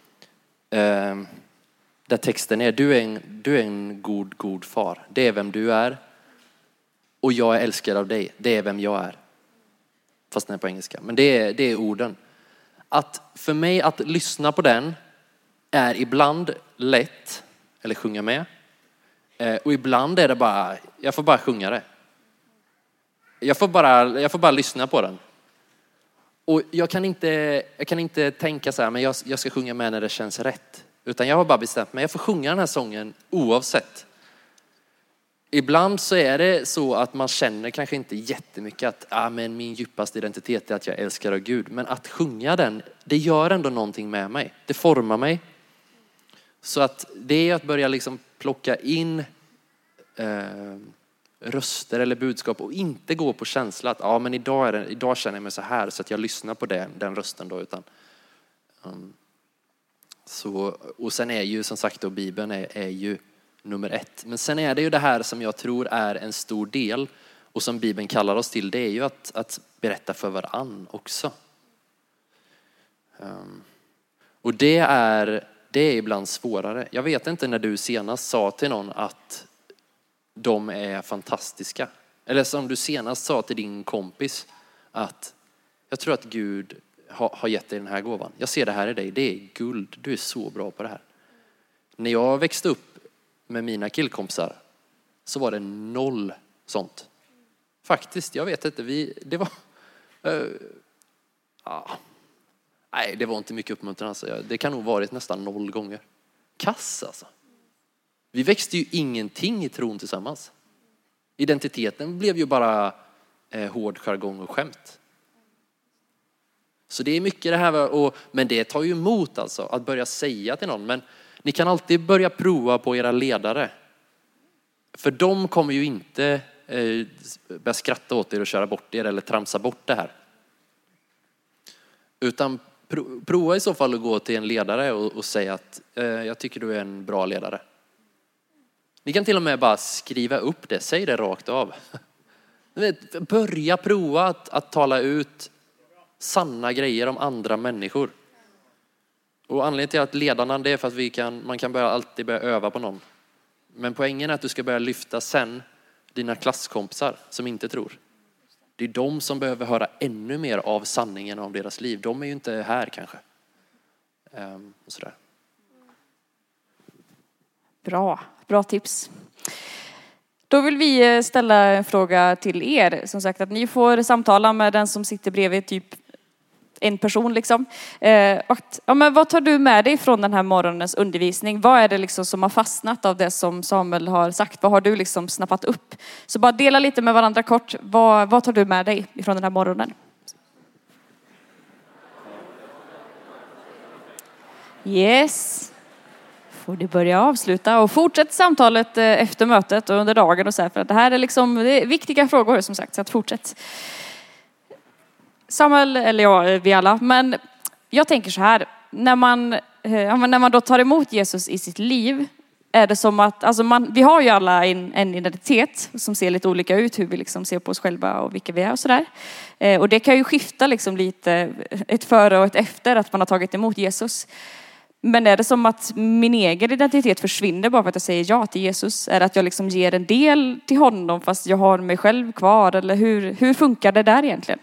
Där texten är du är en god far. Det är vem du är. Och jag är älskad av dig. Det är vem jag är. Fast den är på engelska. Men det är orden. Att för mig att lyssna på den är ibland lätt. Eller sjunga med. Och ibland är det bara, jag får bara sjunga det. Jag får bara lyssna på den. Och jag kan inte tänka så här, men jag ska sjunga med när det känns rätt. Utan jag har bara bestämt mig, jag får sjunga den här sången oavsett. Ibland så är det så att man känner kanske inte jättemycket att men min djupaste identitet är att jag älskar av Gud. Men att sjunga den, det gör ändå någonting med mig. Det formar mig. Så att det är att börja liksom plocka in röster eller budskap och inte gå på känsla att men idag känner jag mig så här så att jag lyssnar på den rösten då. Utan, så, och sen är ju som sagt då Bibeln är ju nummer 1. Men sen är det ju det här som jag tror är en stor del och som Bibeln kallar oss till. Det är ju att berätta för varann också. Och det är ibland svårare. Jag vet inte när du senast sa till någon att de är fantastiska. Eller som du senast sa till din kompis att jag tror att Gud har gett dig den här gåvan. Jag ser det här i dig. Det är guld. Du är så bra på det här. När jag växte upp med mina killkompisar så var det 0 sånt. Faktiskt, jag vet inte. Det var... Nej, det var inte mycket uppmuntran. Alltså. Det kan nog varit nästan 0 gånger. Kass alltså. Vi växte ju ingenting i tron tillsammans. Identiteten blev ju bara hård jargong och skämt. Så det är mycket det här. Men det tar ju emot alltså att börja säga till någon. Men ni kan alltid börja prova på era ledare. För de kommer ju inte börja skratta åt er och köra bort er eller tramsa bort det här. Utan Prova i så fall att gå till en ledare och säga att jag tycker du är en bra ledare. Ni kan till och med bara skriva upp det. Säg det rakt av. Börja prova att tala ut sanna grejer om andra människor. Och anledningen till att ledarna, det är för att man kan alltid börja öva på någon. Men poängen är att du ska börja lyfta sen dina klasskompisar som inte tror. Det är de som behöver höra ännu mer av sanningen om deras liv. De är ju inte här kanske. Och sådär. Bra tips. Då vill vi ställa en fråga till er. Som sagt att ni får samtala med den som sitter bredvid, typ en person liksom. Men vad tar du med dig från den här morgonens undervisning? Vad är det liksom som har fastnat av det som Samuel har sagt? Vad har du liksom snappat upp? Så bara dela lite med varandra kort. Vad tar du med dig från den här morgonen? Yes. Får du börja avsluta och fortsätt samtalet efter mötet och under dagen och så här, för att det här är det är viktiga frågor som sagt, så att fortsätt. Samuel, eller jag, vi alla, men jag tänker så här, när man då tar emot Jesus i sitt liv, är det som att, vi har ju alla en identitet som ser lite olika ut, hur vi liksom ser på oss själva och vilka vi är och sådär. Och det kan ju skifta liksom lite, ett före och ett efter att man har tagit emot Jesus. Men är det som att min egen identitet försvinner bara för att jag säger ja till Jesus? Är det att jag liksom ger en del till honom fast jag har mig själv kvar? Eller hur funkar det där egentligen?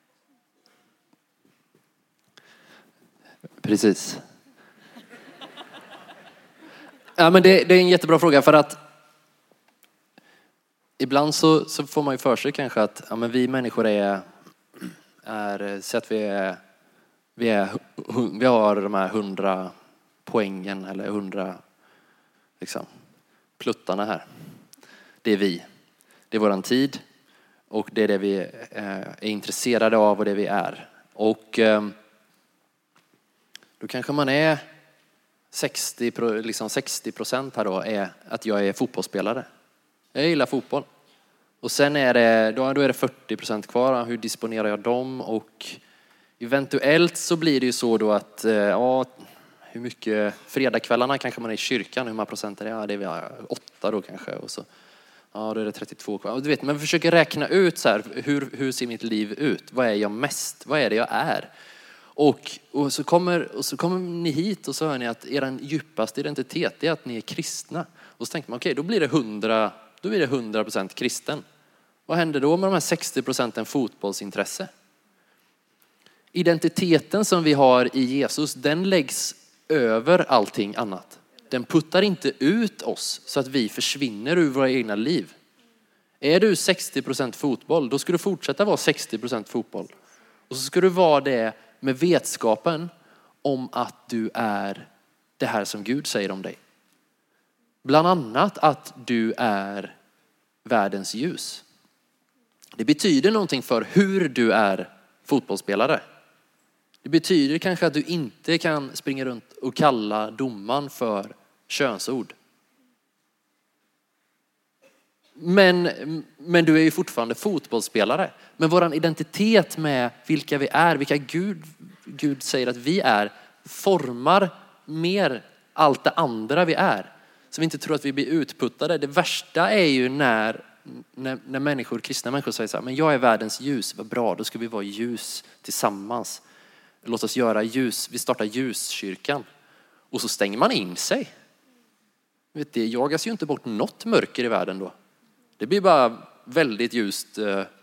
Precis. Ja, men det är en jättebra fråga, för att ibland så får man ju för sig kanske att vi människor är så att vi har de här 100 poängen eller 100 liksom pluttarna här. Det är vi. Det är våran tid och det är det vi är intresserade av och det vi är. Och då kanske man är 60% här då är att jag är fotbollsspelare. Jag gillar fotboll. Och sen är det, då är det 40% kvar. Hur disponerar jag dem? Och eventuellt så blir det ju så då att hur mycket fredagskvällarna kanske man är i kyrkan, hur många procent är det? Ja, det är 8 då kanske. Och så, då är det 32 kvar. Och du vet, man försöker räkna ut så här, hur ser mitt liv ut? Vad är jag mest? Vad är det jag är? Och så kommer ni hit och så hör ni att er djupaste identitet är att ni är kristna. Och så tänker man, okej, då blir det 100% kristen. Vad händer då med de här 60% fotbollsintresse? Identiteten som vi har i Jesus, den läggs över allting annat. Den puttar inte ut oss så att vi försvinner ur våra egna liv. Är du 60% fotboll, då ska du fortsätta vara 60% fotboll. Och så ska du vara det med vetskapen om att du är det här som Gud säger om dig. Bland annat att du är världens ljus. Det betyder någonting för hur du är fotbollsspelare. Det betyder kanske att du inte kan springa runt och kalla domaren för könsord. Men du är ju fortfarande fotbollsspelare. Men våran identitet med vilka vi är, vilka Gud säger att vi är, formar mer allt det andra vi är. Så vi inte tror att vi blir utputtade. Det värsta är ju när kristna människor säger så här, men jag är världens ljus, vad bra, då ska vi vara ljus tillsammans. Låt oss göra ljus, vi startar ljuskyrkan. Och så stänger man in sig. Vet du, jagas ju inte bort något mörker i världen då. Det blir bara väldigt ljust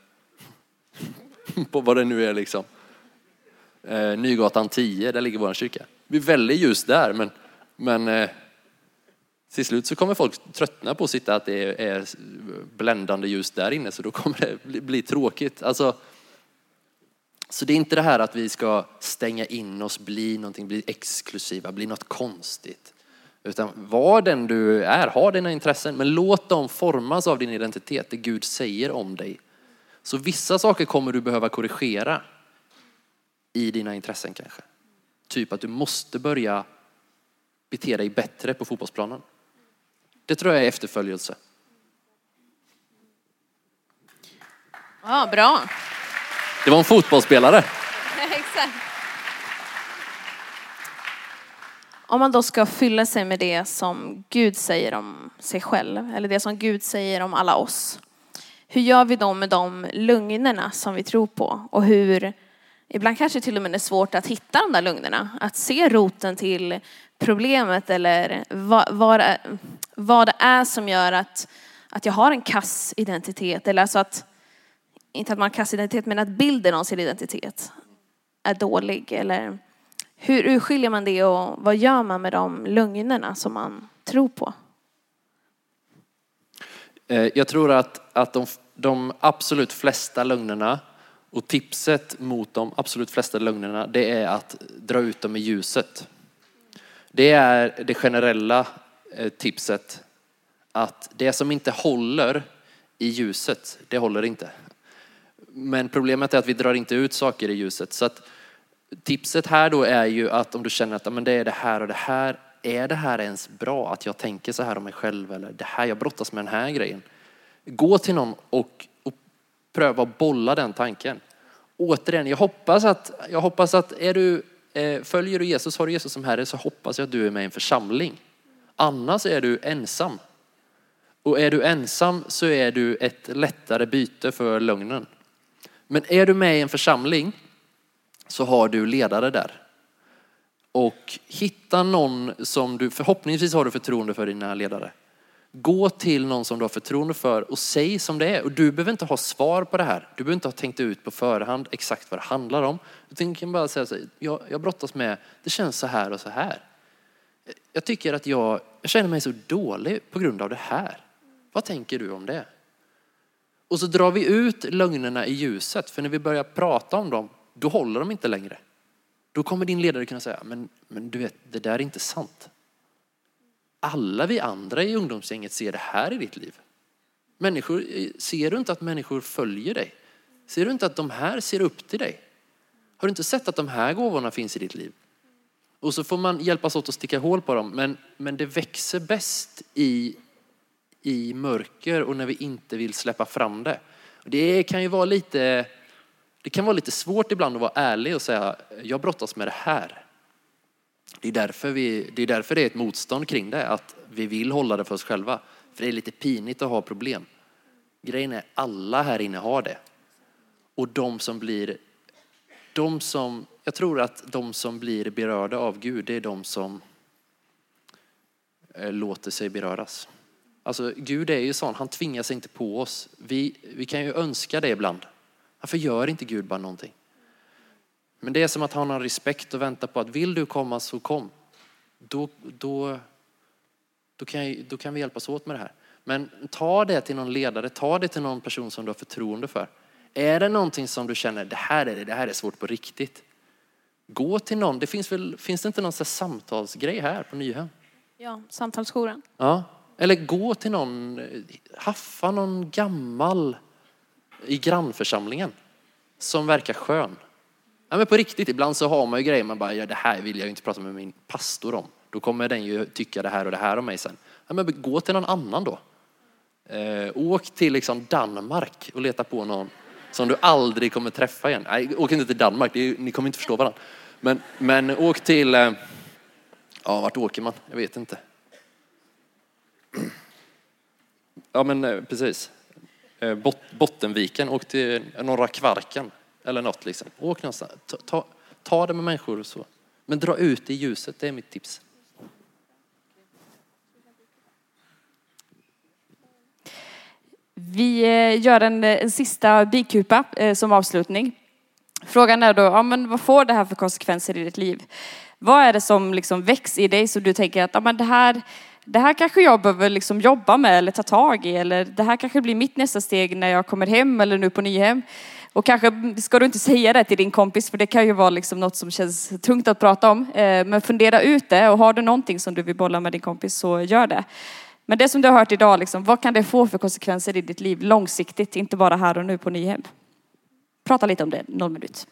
på vad det nu är liksom. Nygatan 10, där ligger vår kyrka. Det blir väldigt ljust där, men till slut så kommer folk tröttna på att sitta att det är bländande ljus där inne, så då kommer det bli tråkigt. Alltså, så det är inte det här att vi ska stänga in oss, bli exklusiva, bli något konstigt. Utan var den du är, ha dina intressen, men låt dem formas av din identitet, det Gud säger om dig. Så vissa saker kommer du behöva korrigera i dina intressen kanske. Typ att du måste börja bete dig bättre på fotbollsplanen. Det tror jag är efterföljelse. Ja, bra. Det var en fotbollsspelare. Exakt. Om man då ska fylla sig med det som Gud säger om sig själv, eller det som Gud säger om alla oss. Hur gör vi då med de lögnerna som vi tror på? Och hur, ibland kanske till och med är svårt att hitta de där lögnerna. Att se roten till problemet eller vad det är som gör att jag har en kass identitet. Eller alltså att, inte att man har kass identitet, men att bilden av sin identitet är dålig. Eller hur skiljer man det och vad gör man med de lögnerna som man tror på? Jag tror att de absolut flesta lögnerna och tipset mot de absolut flesta lögnerna, det är att dra ut dem i ljuset. Det är det generella tipset. Att det som inte håller i ljuset, det håller inte. Men problemet är att vi drar inte ut saker i ljuset. Så att tipset här då är ju att om du känner att men det är det här och det här. Är det här ens bra att jag tänker så här om mig själv? Eller det här, jag brottas med den här grejen. Gå till någon och pröva att bolla den tanken. Återigen, jag hoppas att följer du Jesus, har du Jesus som Herre, så hoppas jag att du är med i en församling. Annars är du ensam. Och är du ensam så är du ett lättare byte för lögnen. Men är du med i en församling så har du ledare där. Och hitta någon som du, förhoppningsvis har du förtroende för dina ledare. Gå till någon som du har förtroende för och säg som det är. Och du behöver inte ha svar på det här. Du behöver inte ha tänkt ut på förhand exakt vad det handlar om. Du kan bara säga så här, jag brottas med, det känns så här och så här. Jag tycker att jag känner mig så dålig på grund av det här. Vad tänker du om det? Och så drar vi ut lögnerna i ljuset. För när vi börjar prata om dem, då håller de inte längre. Då kommer din ledare kunna säga, men du vet, det där är inte sant. Alla vi andra i ungdomsgänget ser det här i ditt liv. Ser du inte att människor följer dig? Ser du inte att de här ser upp till dig? Har du inte sett att de här gåvorna finns i ditt liv? Och så får man hjälpas åt att sticka hål på dem. Men det växer bäst i mörker och när vi inte vill släppa fram det. Det kan vara lite svårt ibland att vara ärlig och säga, jag brottas med det här. Det är därför det är ett motstånd kring det. Att vi vill hålla det för oss själva. För det är lite pinigt att ha problem. Grejen är, alla här inne har det. Och jag tror att de som blir berörda av Gud, det är de som låter sig beröras. Alltså Gud är ju sån, han tvingar sig inte på oss. Vi kan ju önska det ibland. Varför gör inte Gud bara någonting? Men det är som att han har respekt och väntar på att vill du komma så kom. Då kan vi hjälpas åt med det här. Men ta det till någon ledare, ta det till någon person som du har förtroende för. Är det någonting som du känner, det här är svårt på riktigt. Gå till någon, finns det inte någon sån samtalsgrej här på Nyhem? Ja, samtalsjouren. Ja, eller gå till någon, haffa någon gammal i grannförsamlingen som verkar skön. Ja, men på riktigt, ibland så har man ju grejer man bara, det här vill jag ju inte prata med min pastor om. Då kommer den ju tycka det här och det här om mig sen. Ja, men gå till någon annan då. Åk till liksom Danmark och leta på någon som du aldrig kommer träffa igen. Nej, åk inte till Danmark, ni kommer inte förstå varandra. Men åk till, vart åker man? Jag vet inte. Ja men precis. Bottenviken, åk till Norra Kvarken eller något liksom. Åk någonstans. Ta det med människor och så. Men dra ut i ljuset, det är mitt tips. Vi gör en sista bikupa som avslutning. Frågan är då, men vad får det här för konsekvenser i ditt liv? Vad är det som liksom väcks i dig så du tänker att men det här kanske jag behöver liksom jobba med eller ta tag i. Eller det här kanske blir mitt nästa steg när jag kommer hem eller nu på Nyhem. Och kanske ska du inte säga det till din kompis för det kan ju vara liksom något som känns tungt att prata om. Men fundera ut det och har du någonting som du vill bolla med din kompis så gör det. Men det som du har hört idag, liksom, vad kan det få för konsekvenser i ditt liv långsiktigt, inte bara här och nu på Nyhem? Prata lite om det, 0 minut.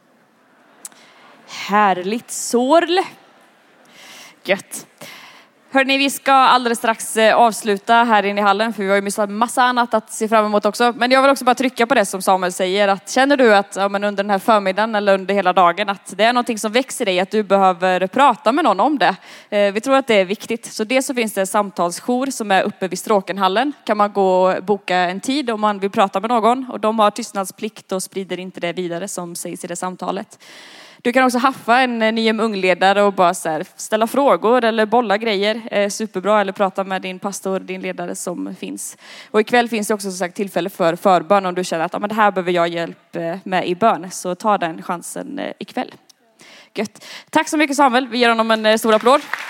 Härligt, Sorl. Gött. Hörrni, vi ska alldeles strax avsluta här inne i hallen, för vi har ju massa annat att se fram emot också. Men jag vill också bara trycka på det som Samuel säger, att känner du att men under den här förmiddagen eller under hela dagen att det är någonting som växer dig, att du behöver prata med någon om det. Vi tror att det är viktigt. Så det så finns det en samtalsjour som är uppe vid Stråkenhallen. Kan man gå och boka en tid om man vill prata med någon, och de har tystnadsplikt och sprider inte det vidare som sägs i det samtalet. Du kan också haffa en ny ungledare och bara så här, ställa frågor eller bolla grejer. Superbra. Eller prata med din pastor, din ledare som finns. Och ikväll finns det också som sagt tillfälle för förbön om du känner att men det här behöver jag hjälp med i bön. Så ta den chansen ikväll. Gött. Tack så mycket Samuel. Vi ger honom en stor applåd.